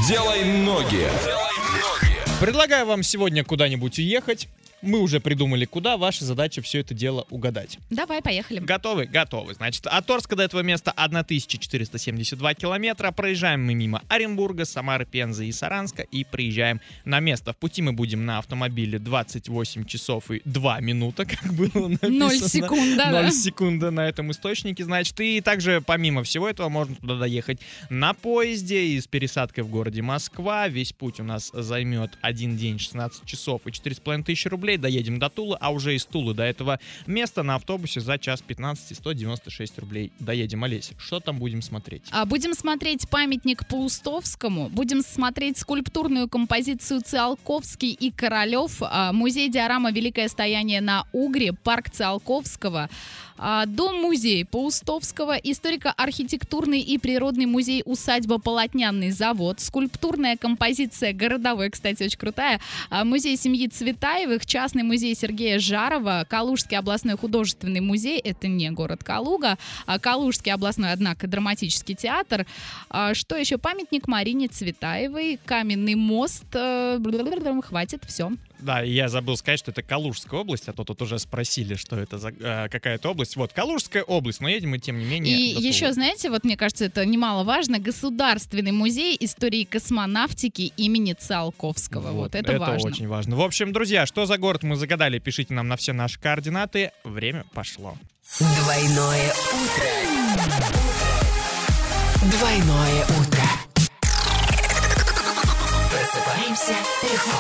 Делай ноги. Предлагаю вам сегодня куда-нибудь уехать. Мы уже придумали, куда. Ваша задача все это дело угадать. Давай, поехали. Готовы? Готовы. Значит, от Орска до этого места 1472 километра. Проезжаем мы мимо Оренбурга, Самары, Пензы и Саранска и приезжаем на место. В пути мы будем на автомобиле 28 часов и 2 минуты, как было написано. 0 секунд, да. 0 секунды на этом источнике, значит. И также, помимо всего этого, можно туда доехать на поезде и с пересадкой в городе Москва. Весь путь у нас займет 1 день, 16 часов и 4500 рублей. Доедем до Тулы, а уже из Тулы до этого места на автобусе за час 15 и 196 рублей доедем. Олеся, что там будем смотреть? Будем смотреть памятник Паустовскому, будем смотреть скульптурную композицию Циолковский и Королев, музей-диорама «Великое стояние на Угре», парк Циолковского, дом-музей Паустовского, историко-архитектурный и природный музей «Усадьба Полотняный завод», скульптурная композиция «Городовой», кстати, очень крутая, музей семьи Цветаевых, частный музей Сергея Жарова, Калужский областной художественный музей, это не город Калуга, Калужский областной, однако, драматический театр, что еще? Памятник Марине Цветаевой, каменный мост, хватит, все. Да, я забыл сказать, что это Калужская область, а то тут уже спросили, что это за какая-то область. Вот, Калужская область, но едем мы, тем не менее, и еще, знаете, вот мне кажется, это немаловажно, Государственный музей истории космонавтики имени Циолковского. Вот это важно. Это очень важно. В общем, друзья, что за город мы загадали, пишите нам на все наши координаты. Время пошло. Двойное утро. Двойное утро. Просыпаемся легко.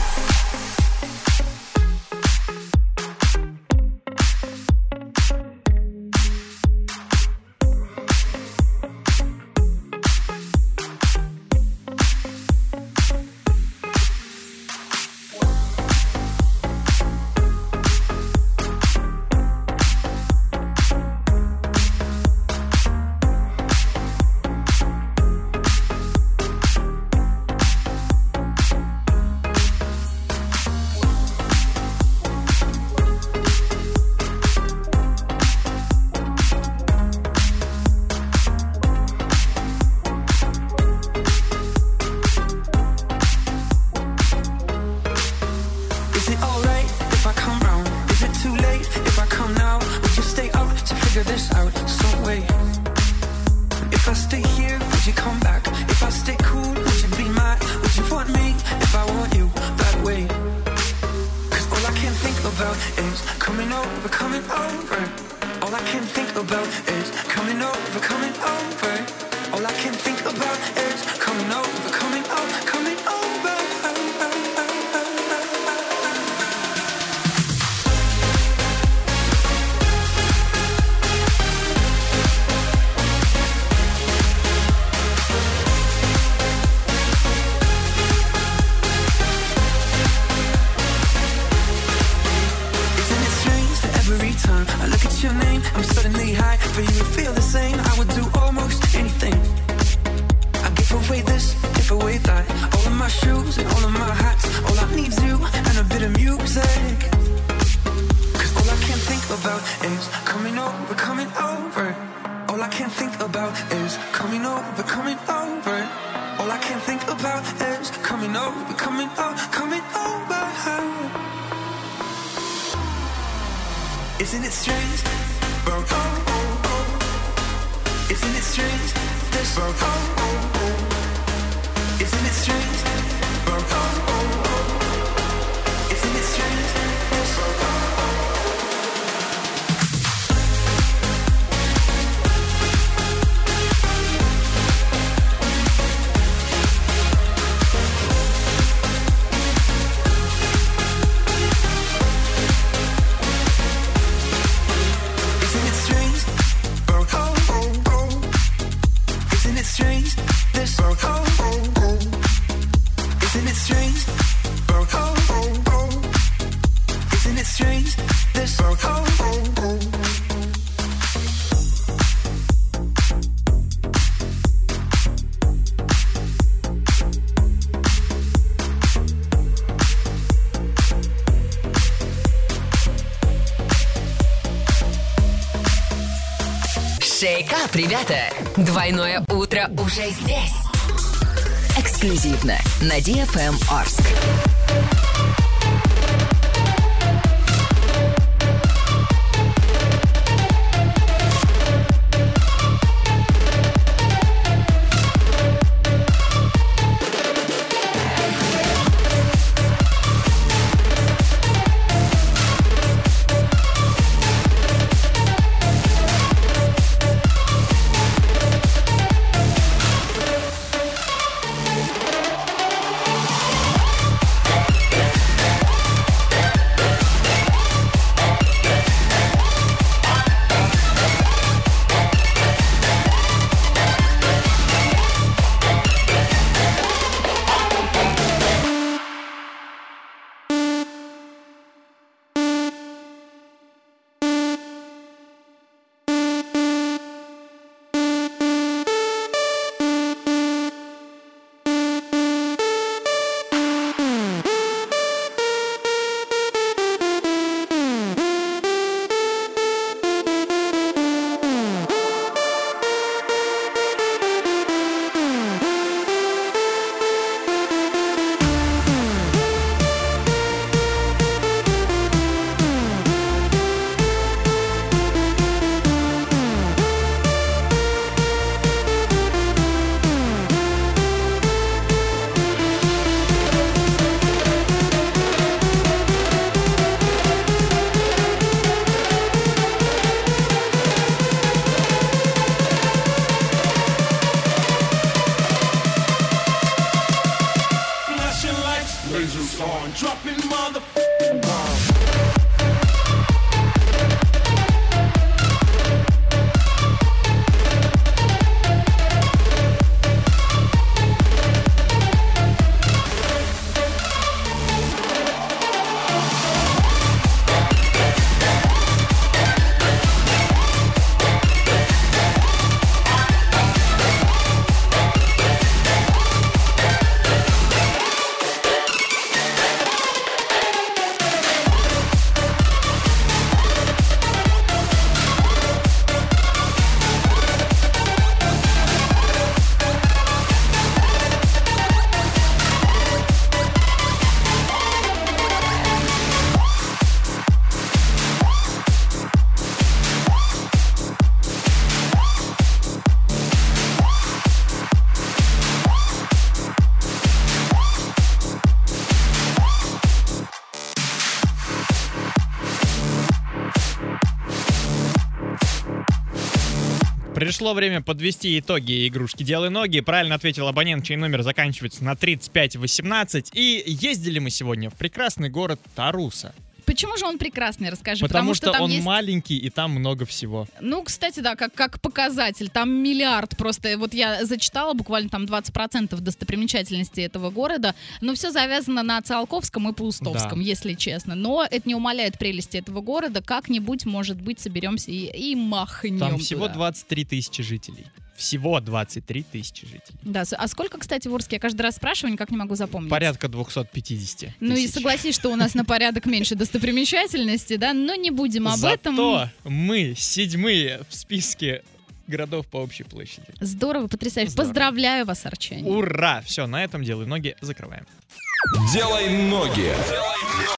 I'm suddenly high, for you to feel the same. I would do almost anything. I give away this, give away that. All of my shoes and all of my hats. All I need's you and a bit of music. Cause all I can think about is coming over, coming over. All I can think about is coming over, coming over. All I can think about is coming over, coming over, coming over. Isn't it strange? Oh, oh, oh, oh. Isn't it strange? This oh, oh, oh, oh. Isn't it strange? Oh, oh, oh, oh. Isn't it strange? This oh, oh, oh, oh. Шейк ап, ребята! Двойное утро уже здесь. Эксклюзивно на DFM Орск. Lasers on, dropping motherfucking bombs. Пришло время подвести итоги игрушки «Делай ноги». Правильно ответил абонент, чей номер заканчивается на 3518. И ездили мы сегодня в прекрасный город Таруса. Почему же он прекрасный, расскажи. Потому что там он есть... маленький, и там много всего. Ну, кстати, да, как показатель. Там миллиард просто. Вот я зачитала буквально там 20% достопримечательностей этого города. Но все завязано на Циолковском и Паустовском, если честно. Но это не умаляет прелести этого города. Как-нибудь, может быть, соберемся и махнем Там всего туда. 23 тысячи жителей. Всего 23 тысячи жителей. Да, а сколько, кстати, в Орске? Я каждый раз спрашиваю, никак не могу запомнить. Порядка 250 Ну и тысяч. согласись, что у нас на порядок меньше достопримечательностей, да? Но не будем об этом. Зато мы седьмые в списке городов по общей площади. Здорово, потрясающе. Здорово. Поздравляю вас, арчане. Ура! Все, на этом «Делай ноги» закрываем. Делай ноги.